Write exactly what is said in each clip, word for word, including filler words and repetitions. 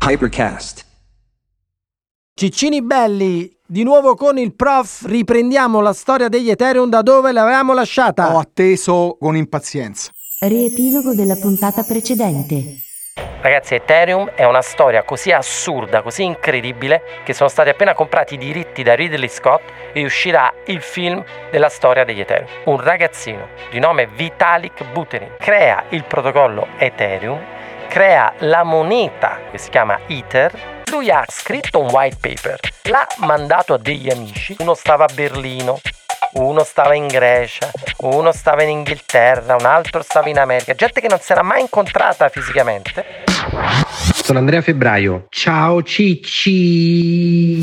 Hypercast. Ciccini belli, di nuovo con il prof riprendiamo la storia degli Ethereum da dove l'avevamo lasciata. Ho atteso con impazienza. Riepilogo della puntata precedente. Ragazzi, Ethereum è una storia così assurda, così incredibile, che sono stati appena comprati i diritti da Ridley Scott e uscirà il film della storia degli Ethereum. Un ragazzino di nome Vitalik Buterin crea il protocollo Ethereum, crea la moneta che si chiama Ether. Lui ha scritto un white paper, l'ha mandato a degli amici, uno stava a Berlino, uno stava in Grecia, uno stava in Inghilterra, un altro stava in America, gente che non si era mai incontrata fisicamente. Sono Andrea Febbraio, ciao Cicci!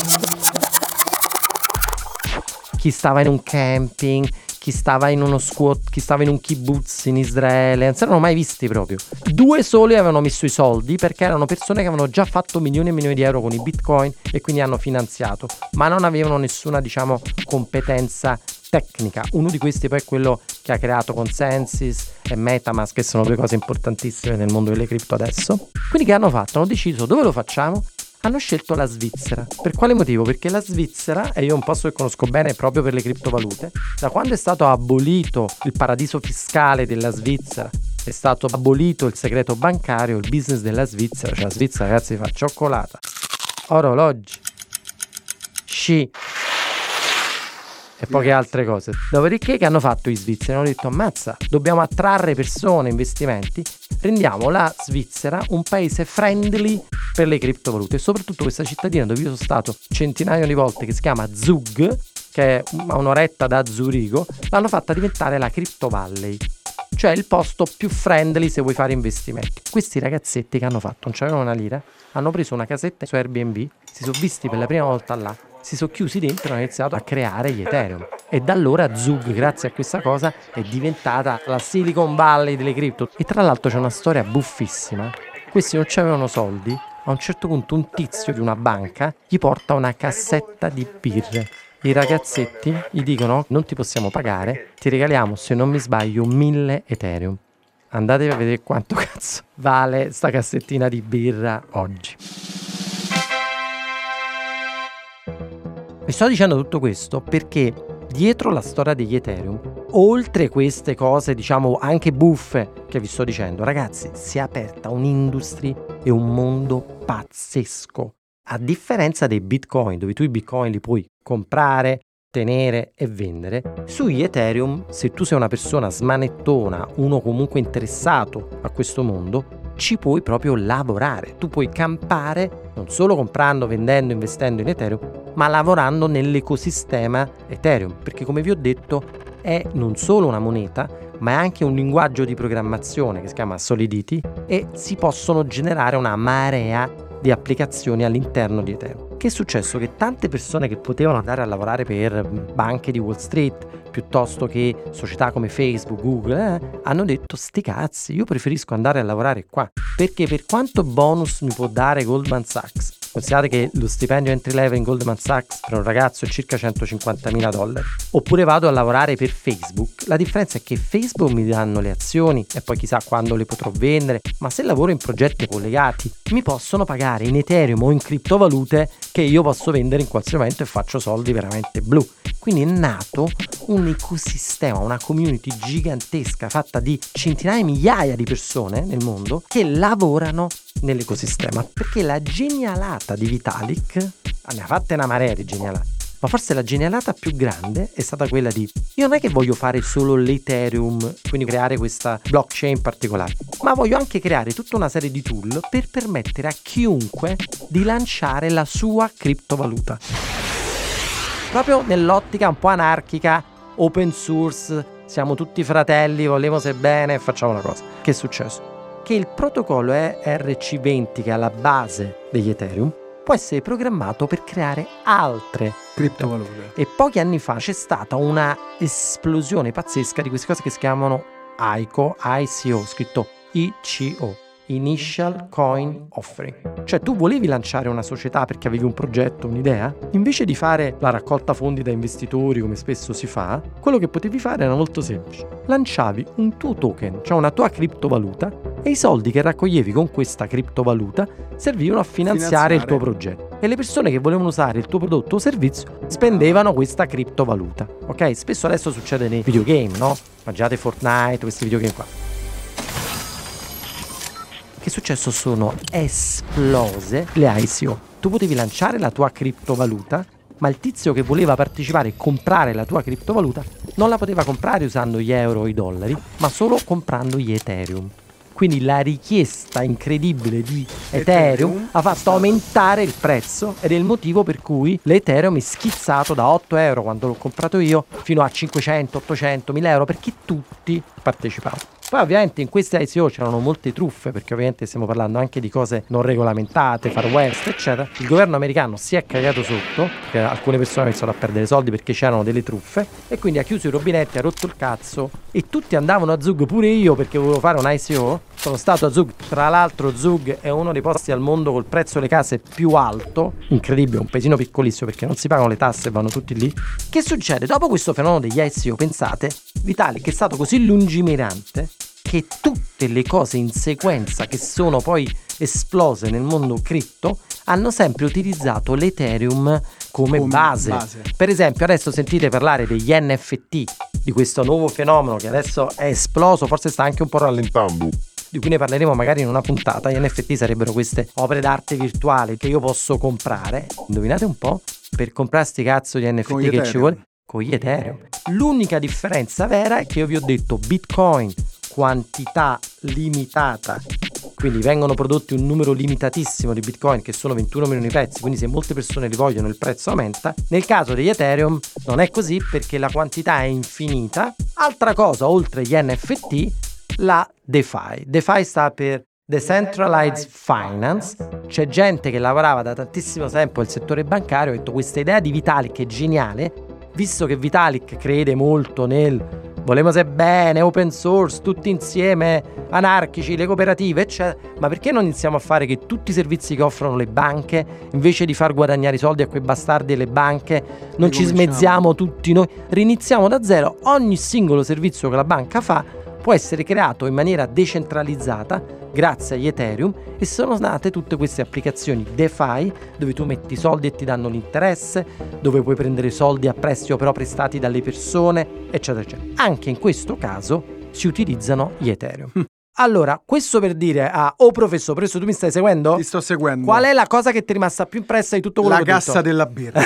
Chi stava in un camping, chi stava in uno squat, chi stava in un kibbutz in Israele, non si erano mai visti proprio. Due soli avevano messo i soldi perché erano persone che avevano già fatto milioni e milioni di euro con i bitcoin e quindi hanno finanziato, ma non avevano nessuna, diciamo, competenza tecnica. Uno di questi poi è quello che ha creato Consensus e Metamask, che sono due cose importantissime nel mondo delle cripto adesso. Quindi che hanno fatto? Hanno deciso dove lo facciamo? Hanno scelto la Svizzera. Per quale motivo? Perché la Svizzera, e io è un posto che conosco bene proprio per le criptovalute, da quando è stato abolito il paradiso fiscale della Svizzera, è stato abolito il segreto bancario, il business della Svizzera, cioè la Svizzera, ragazzi, fa cioccolata, orologi, sci e poche altre cose. Dopodiché che hanno fatto i svizzeri? Hanno detto: ammazza, dobbiamo attrarre persone, investimenti, rendiamo la Svizzera un paese friendly per le criptovalute. E soprattutto questa cittadina dove io sono stato centinaia di volte, che si chiama Zug, che è a un'oretta da Zurigo, l'hanno fatta diventare la Crypto Valley, cioè il posto più friendly se vuoi fare investimenti. Questi ragazzetti che hanno fatto, non c'avevano una lira, hanno preso una casetta su Airbnb, si sono visti per la prima volta là, si sono chiusi dentro e hanno iniziato a creare gli Ethereum. E da allora Zug, grazie a questa cosa, è diventata la Silicon Valley delle cripto. E tra l'altro c'è una storia buffissima. Questi non c'avevano soldi, a un certo punto un tizio di una banca gli porta una cassetta di birre. I ragazzetti gli dicono: non ti possiamo pagare, ti regaliamo, se non mi sbaglio, mille Ethereum. Andatevi a vedere quanto cazzo vale sta cassettina di birra oggi. Vi sto dicendo tutto questo perché dietro la storia degli Ethereum, oltre queste cose, diciamo, anche buffe che vi sto dicendo, ragazzi, si è aperta un'industria e un mondo pazzesco. A differenza dei bitcoin, dove tu i bitcoin li puoi comprare, tenere e vendere, sugli Ethereum, se tu sei una persona smanettona, uno comunque interessato a questo mondo, ci puoi proprio lavorare. Tu puoi campare non solo comprando, vendendo, investendo in Ethereum, ma lavorando nell'ecosistema Ethereum, perché come vi ho detto è non solo una moneta, ma è anche un linguaggio di programmazione che si chiama Solidity e si possono generare una marea di applicazioni all'interno di Ethereum. Che è successo? Che tante persone che potevano andare a lavorare per banche di Wall Street piuttosto che società come Facebook, Google, eh, hanno detto: sti cazzi, io preferisco andare a lavorare qua, perché per quanto bonus mi può dare Goldman Sachs, considerate che lo stipendio entry level in Goldman Sachs per un ragazzo è circa centocinquantamila dollari, oppure vado a lavorare per Facebook, la differenza è che Facebook mi danno le azioni e poi chissà quando le potrò vendere, ma se lavoro in progetti collegati mi possono pagare in Ethereum o in criptovalute che io posso vendere in qualsiasi momento e faccio soldi veramente blu. Quindi è nato un ecosistema, una community gigantesca fatta di centinaia e migliaia di persone nel mondo che lavorano nell'ecosistema, perché la genialata di Vitalik, ne ha fatte una marea di genialate, ma forse la genialata più grande è stata quella di: io non è che voglio fare solo l'Ethereum, quindi creare questa blockchain particolare, ma voglio anche creare tutta una serie di tool per permettere a chiunque di lanciare la sua criptovaluta, proprio nell'ottica un po' anarchica, open source, siamo tutti fratelli, vogliamo se bene e facciamo una cosa. Che è successo? Che il protocollo E R C venti, che è alla base degli Ethereum, può essere programmato per creare altre criptovalute. E pochi anni fa c'è stata una esplosione pazzesca di queste cose che si chiamano I C O, I C O, scritto I C O. Initial Coin Offering. Cioè tu volevi lanciare una società perché avevi un progetto, un'idea? Invece di fare la raccolta fondi da investitori come spesso si fa, quello che potevi fare era molto semplice. Lanciavi un tuo token, cioè una tua criptovaluta, e i soldi che raccoglievi con questa criptovaluta servivano a finanziare, finanziare il tuo progetto. E le persone che volevano usare il tuo prodotto o servizio spendevano questa criptovaluta. Ok? Spesso adesso succede nei videogame, no? Immaginate Fortnite, questi videogame qua. Che è successo? Sono esplose le I C O. Tu potevi lanciare la tua criptovaluta, ma il tizio che voleva partecipare e comprare la tua criptovaluta non la poteva comprare usando gli euro o i dollari, ma solo comprando gli Ethereum. Quindi la richiesta incredibile di Ethereum, Ethereum ha fatto aumentare il prezzo ed è il motivo per cui l'Ethereum è schizzato da otto euro quando l'ho comprato io fino a cinquecento, ottocento, mille euro, perché tutti partecipavano. Poi ovviamente in queste I C O c'erano molte truffe, perché ovviamente stiamo parlando anche di cose non regolamentate, far west eccetera. Il governo americano si è cagato sotto, perché alcune persone hanno iniziato a perdere soldi perché c'erano delle truffe, e quindi ha chiuso i rubinetti, ha rotto il cazzo e tutti andavano a Zug, pure io perché volevo fare un I C O. Sono stato a Zug, tra l'altro Zug è uno dei posti al mondo col prezzo delle case più alto, incredibile, un paesino piccolissimo perché non si pagano le tasse e vanno tutti lì. Che succede? Dopo questo fenomeno degli I C O, pensate, Vitalik è stato così lungimirante che tutte le cose in sequenza che sono poi esplose nel mondo cripto hanno sempre utilizzato l'Ethereum come, come base. base. Per esempio adesso sentite parlare degli N F T, di questo nuovo fenomeno che adesso è esploso, forse sta anche un po' rallentando, di cui ne parleremo magari in una puntata. Gli N F T sarebbero queste opere d'arte virtuali che io posso comprare, indovinate un po', per comprare sti cazzo di N F T che Ethereum. Ci vuole con gli Ethereum. L'unica differenza vera è che io vi ho detto Bitcoin, quantità limitata, quindi vengono prodotti un numero limitatissimo di Bitcoin che sono ventuno milioni di pezzi, quindi se molte persone li vogliono il prezzo aumenta. Nel caso degli Ethereum non è così perché la quantità è infinita. Altra cosa, oltre gli N F T, la DeFi. DeFi sta per Decentralized Finance. C'è gente che lavorava da tantissimo tempo nel settore bancario e ha detto questa idea di Vitalik è geniale, visto che Vitalik crede molto nel volemo se bene, open source, tutti insieme, anarchici, le cooperative, eccetera. Ma perché non iniziamo a fare che tutti i servizi che offrono le banche, invece di far guadagnare i soldi a quei bastardi delle banche, non ci smezziamo tutti noi, riniziamo da zero. Ogni singolo servizio che la banca fa può essere creato in maniera decentralizzata grazie agli Ethereum, e sono nate tutte queste applicazioni DeFi dove tu metti soldi e ti danno l'interesse, dove puoi prendere soldi a prestito però prestati dalle persone, eccetera eccetera. Anche in questo caso si utilizzano gli Ethereum. Allora, questo per dire a oh professore, presso tu mi stai seguendo? Ti sto seguendo. Qual è la cosa che ti è rimasta più impressa di tutto quello la che ho detto? La cassa della birra.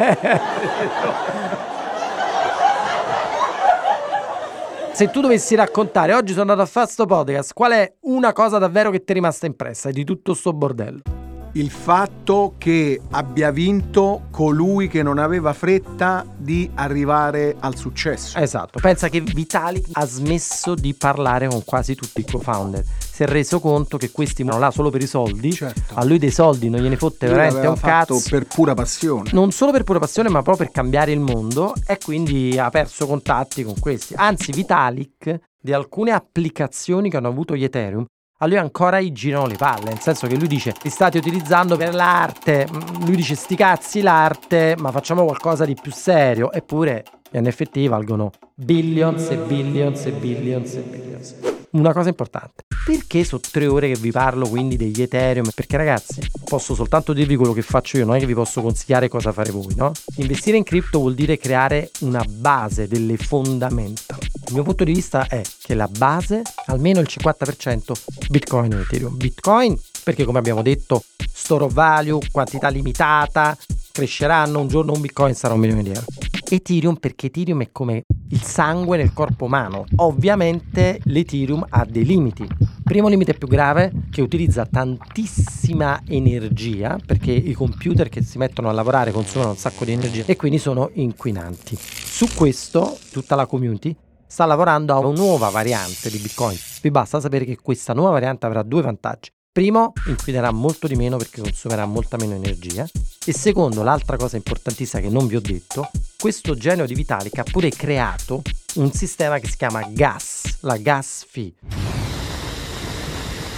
Se tu dovessi raccontare, oggi sono andato a fare sto podcast, qual è una cosa davvero che ti è rimasta impressa di tutto sto bordello? Il fatto che abbia vinto colui che non aveva fretta di arrivare al successo. Esatto, pensa che Vitalik ha smesso di parlare con quasi tutti i co-founder. Si è reso conto che questi vanno là solo per i soldi, certo. A lui dei soldi non gliene fotte lui veramente un cazzo, per pura passione. Non solo per pura passione, ma proprio per cambiare il mondo, e quindi ha perso contatti con questi. Anzi, Vitalik, di alcune applicazioni che hanno avuto gli Ethereum, a lui ancora gli girano le palle, nel senso che lui dice li state utilizzando per l'arte, lui dice sti cazzi l'arte, ma facciamo qualcosa di più serio. Eppure gli N F T valgono billions e billions e billions e billions. Una cosa importante, perché sono tre ore che vi parlo quindi degli Ethereum? Perché ragazzi, posso soltanto dirvi quello che faccio io, non è che vi posso consigliare cosa fare voi, no? Investire in cripto vuol dire creare una base, delle fondamenta. Il mio punto di vista è che la base, almeno il cinquanta per cento, Bitcoin e Ethereum. Bitcoin perché, come abbiamo detto, store of value, quantità limitata, cresceranno, un giorno un Bitcoin sarà un milione di euro. Ethereum perché Ethereum è come il sangue nel corpo umano. Ovviamente l'Ethereum ha dei limiti. Primo limite più grave, che utilizza tantissima energia, perché i computer che si mettono a lavorare consumano un sacco di energia e quindi sono inquinanti. Su questo tutta la community sta lavorando a una nuova variante di Bitcoin. Vi basta sapere che questa nuova variante avrà due vantaggi. Primo, inquinerà molto di meno perché consumerà molta meno energia, e secondo, l'altra cosa importantissima che non vi ho detto, questo genio di Vitalik ha pure creato un sistema che si chiama gas, la gas fee.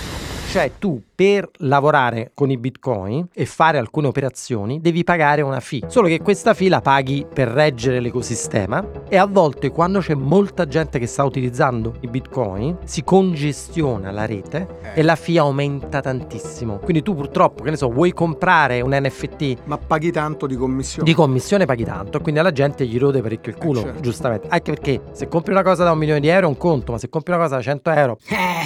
Cioè tu per lavorare con i bitcoin e fare alcune operazioni devi pagare una fee, solo che questa fee la paghi per reggere l'ecosistema e a volte quando c'è molta gente che sta utilizzando i bitcoin si congestiona la rete e la fee aumenta tantissimo. Quindi tu purtroppo, che ne so, vuoi comprare un N F T, ma paghi tanto di commissione. Di commissione paghi tanto, quindi alla gente gli rode parecchio il culo, eh certo. giustamente. Anche perché se compri una cosa da un milione di euro è un conto, ma se compri una cosa da cento euro...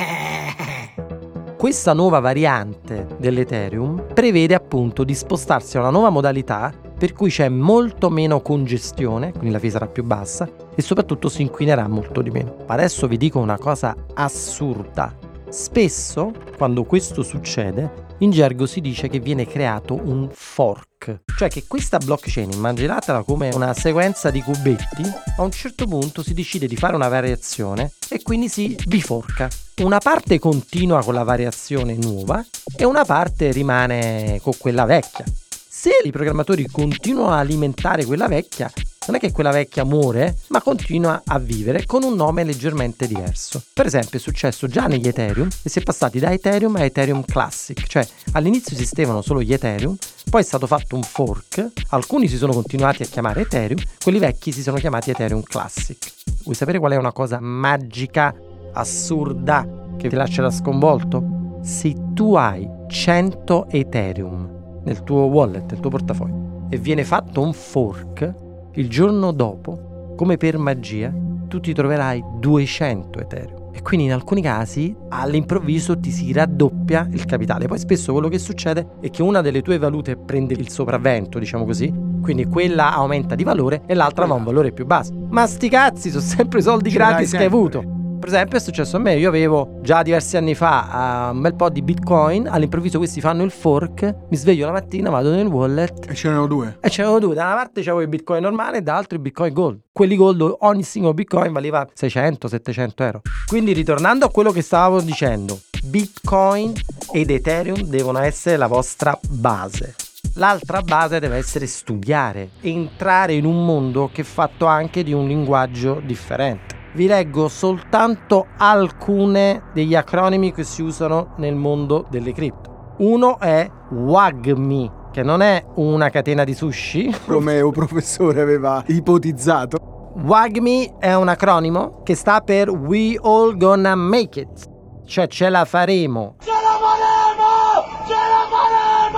Questa nuova variante dell'Ethereum prevede appunto di spostarsi a una nuova modalità per cui c'è molto meno congestione, quindi la fee sarà più bassa e soprattutto si inquinerà molto di meno. Adesso vi dico una cosa assurda. Spesso, quando questo succede, in gergo si dice che viene creato un fork. Cioè che questa blockchain, immaginatela come una sequenza di cubetti, a un certo punto si decide di fare una variazione e quindi si biforca. Una parte continua con la variazione nuova e una parte rimane con quella vecchia. Se i programmatori continuano a alimentare quella vecchia, non è che quella vecchia muore, ma continua a vivere con un nome leggermente diverso. Per esempio è successo già negli Ethereum e si è passati da Ethereum a Ethereum Classic, cioè all'inizio esistevano solo gli Ethereum, poi è stato fatto un fork, alcuni si sono continuati a chiamare Ethereum, quelli vecchi si sono chiamati Ethereum Classic. Vuoi sapere qual è una cosa magica, assurda, che ti lascerà sconvolto? Se tu hai cento Ethereum nel tuo wallet, nel tuo portafoglio, e viene fatto un fork, il giorno dopo, come per magia, tu ti troverai duecento Ethereum. E quindi in alcuni casi all'improvviso ti si raddoppia il capitale. Poi spesso quello che succede è che una delle tue valute prende il sopravvento, diciamo così, quindi quella aumenta di valore e l'altra va a un valore più basso. Ma sti cazzi, sono sempre soldi Ce gratis l'hai che hai sempre. avuto. Per esempio è successo a me, io avevo già diversi anni fa uh, un bel po' di bitcoin, all'improvviso questi fanno il fork, mi sveglio la mattina, vado nel wallet E c'erano due. e c'erano due, da una parte c'avevo il bitcoin normale e dall'altra il bitcoin gold. Quelli gold, ogni singolo bitcoin valeva seicento settecento euro. Quindi ritornando a quello che stavamo dicendo, bitcoin ed ethereum devono essere la vostra base. L'altra base deve essere studiare, entrare in un mondo che è fatto anche di un linguaggio differente. Vi leggo soltanto alcune degli acronimi che si usano nel mondo delle cripto. Uno è W A G M I, che non è una catena di sushi. Come un professore aveva ipotizzato. W A G M I è un acronimo che sta per We All Gonna Make It, cioè ce la faremo. Ce la faremo! Ce la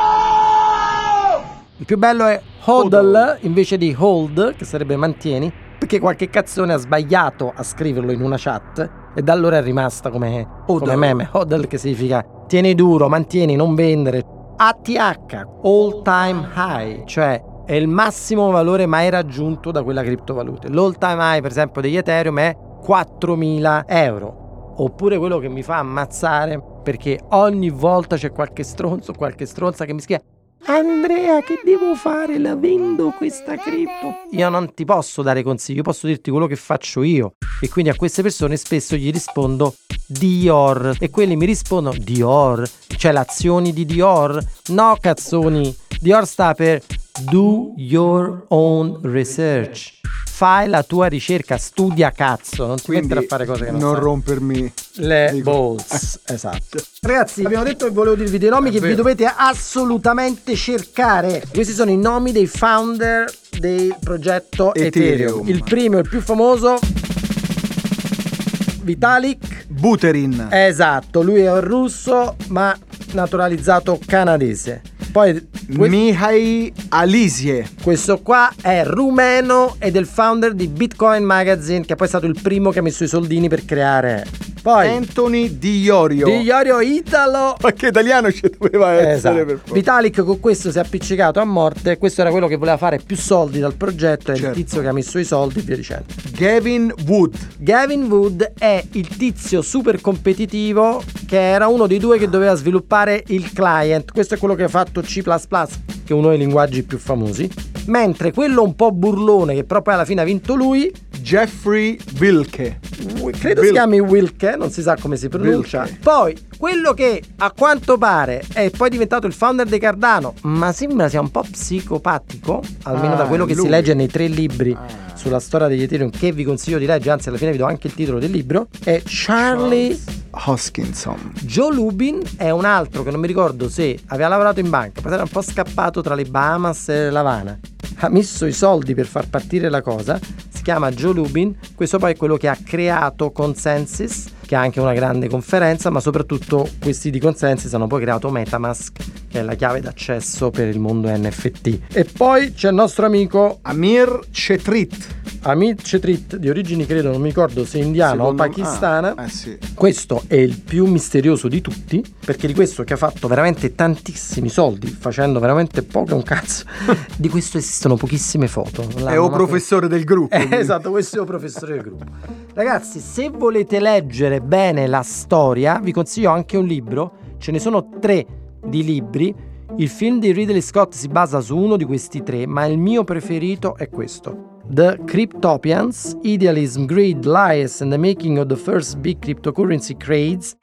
faremo! Il più bello è HODL invece di hold, che sarebbe mantieni, perché qualche cazzone ha sbagliato a scriverlo in una chat e da allora è rimasta come, come meme. HODL, che significa tieni duro, mantieni, non vendere. A T H, all time high, cioè è il massimo valore mai raggiunto da quella criptovaluta. L'all time high, per esempio, degli Ethereum è quattromila euro. Oppure quello che mi fa ammazzare, perché ogni volta c'è qualche stronzo, qualche stronza che mi scrive: Andrea, che devo fare? La vendo questa cripto? Io non ti posso dare consigli, io posso dirti quello che faccio io. E quindi a queste persone spesso gli rispondo Dior. E quelli mi rispondono Dior, cioè le azioni di Dior. No, cazzoni, Dior sta per Do Your Own Research. Fai la tua ricerca, studia cazzo, non ti Quindi mettere a fare cose che non, non sai. rompermi Le dico. balls. Esatto. Ragazzi, abbiamo detto che volevo dirvi dei nomi È che vero. vi dovete assolutamente cercare. Questi sono i nomi dei founder del progetto Ethereum. Ethereum. Il primo, il più famoso, Vitalik. Buterin. Esatto, lui è un russo ma naturalizzato canadese. Poi que- Mihai Alisie. questo qua è rumeno ed è il founder di Bitcoin Magazine, che poi è stato il primo che ha messo i soldini per creare. Poi Anthony Di Iorio. Di Iorio Italo. Perché italiano ci doveva essere, Esatto. per forza. Vitalik con questo si è appiccicato a morte. Questo era quello che voleva fare più soldi dal progetto. È Certo. il tizio che ha messo i soldi e via dicendo. Gavin Wood. Gavin Wood è il tizio super competitivo che era uno dei due che doveva sviluppare il client. Questo è quello che ha fatto C plus plus, che è uno dei linguaggi più famosi. Mentre quello un po' burlone, che però poi alla fine ha vinto lui, Jeffrey Wilke. credo Wil- si chiami Wilke, non si sa come si pronuncia. Wilke. Poi quello che a quanto pare è poi diventato il founder di Cardano, ma sembra sia un po' psicopatico, almeno Ah, da quello che lui. si legge nei tre libri Ah. sulla storia degli Ethereum, che vi consiglio di leggere, anzi alla fine vi do anche il titolo del libro, è Charlie Hoskinson. Joe Lubin è un altro che non mi ricordo se aveva lavorato in banca, poi era un po' scappato tra le Bahamas e l'Havana, ha messo i soldi per far partire la cosa, si chiama Joe Lubin. Questo poi è quello che ha creato Consensus, che ha anche una grande conferenza, ma soprattutto questi di Consensus hanno poi creato Metamask, che è la chiave d'accesso per il mondo N F T. E poi c'è il nostro amico Amir Chetrit. Amir Chetrit, di origini credo, non mi ricordo se indiana Secondo- o pakistana. ah, eh sì. Questo è il più misterioso di tutti, perché di questo che ha fatto veramente tantissimi soldi, facendo veramente poco e un cazzo, di questo esistono pochissime foto. È L'hanno- o professore del gruppo. Eh, esatto, questo è il professore del gruppo. Ragazzi, se volete leggere bene la storia, vi consiglio anche un libro. Ce ne sono tre di libri. Il film di Ridley Scott si basa su uno di questi tre, ma il mio preferito è questo: The Cryptopians, Idealism, Greed, Lies and the Making of the First Big Cryptocurrency Craze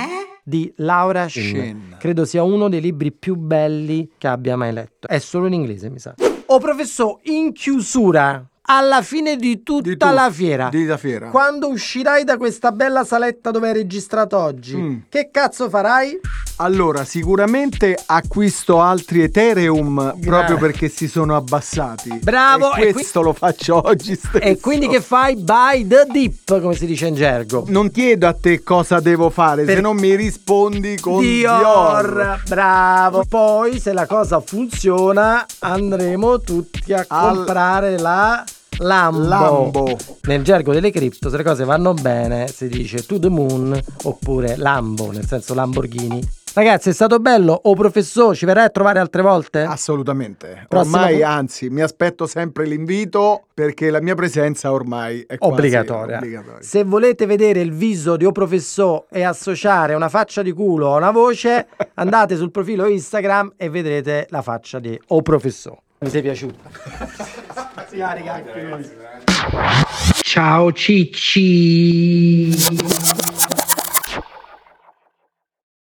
di Laura Shin. Shin. Credo sia uno dei libri più belli che abbia mai letto. È solo in inglese, mi sa. Oh professore, in chiusura, alla fine di tutta Di tu- la fiera, di la fiera. quando uscirai da questa bella saletta dove hai registrato oggi, Mm. che cazzo farai? Allora, sicuramente acquisto altri Ethereum proprio perché si sono abbassati. Bravo, E e questo lo faccio oggi stesso. E quindi che fai? Buy the dip, come si dice in gergo. Non chiedo a te cosa devo fare, Per- se non mi rispondi con Dior, Dior. bravo. Poi se la cosa funziona andremo tutti a Al- comprare la Lambo. Lambo. Nel gergo delle cripto, se le cose vanno bene, si dice to the moon oppure Lambo, nel senso Lamborghini. Ragazzi, è stato bello. O professore, ci verrai a trovare altre volte? Assolutamente. Prossima Ormai, pu- anzi, mi aspetto sempre l'invito perché la mia presenza ormai è quasi Obbligatoria. obbligatoria. Se volete vedere il viso di O Professor e associare una faccia di culo a una voce, andate sul profilo Instagram e vedrete la faccia di O Professor. Mi sei piaciuta? Si carica anche lui. Ciao Cicci.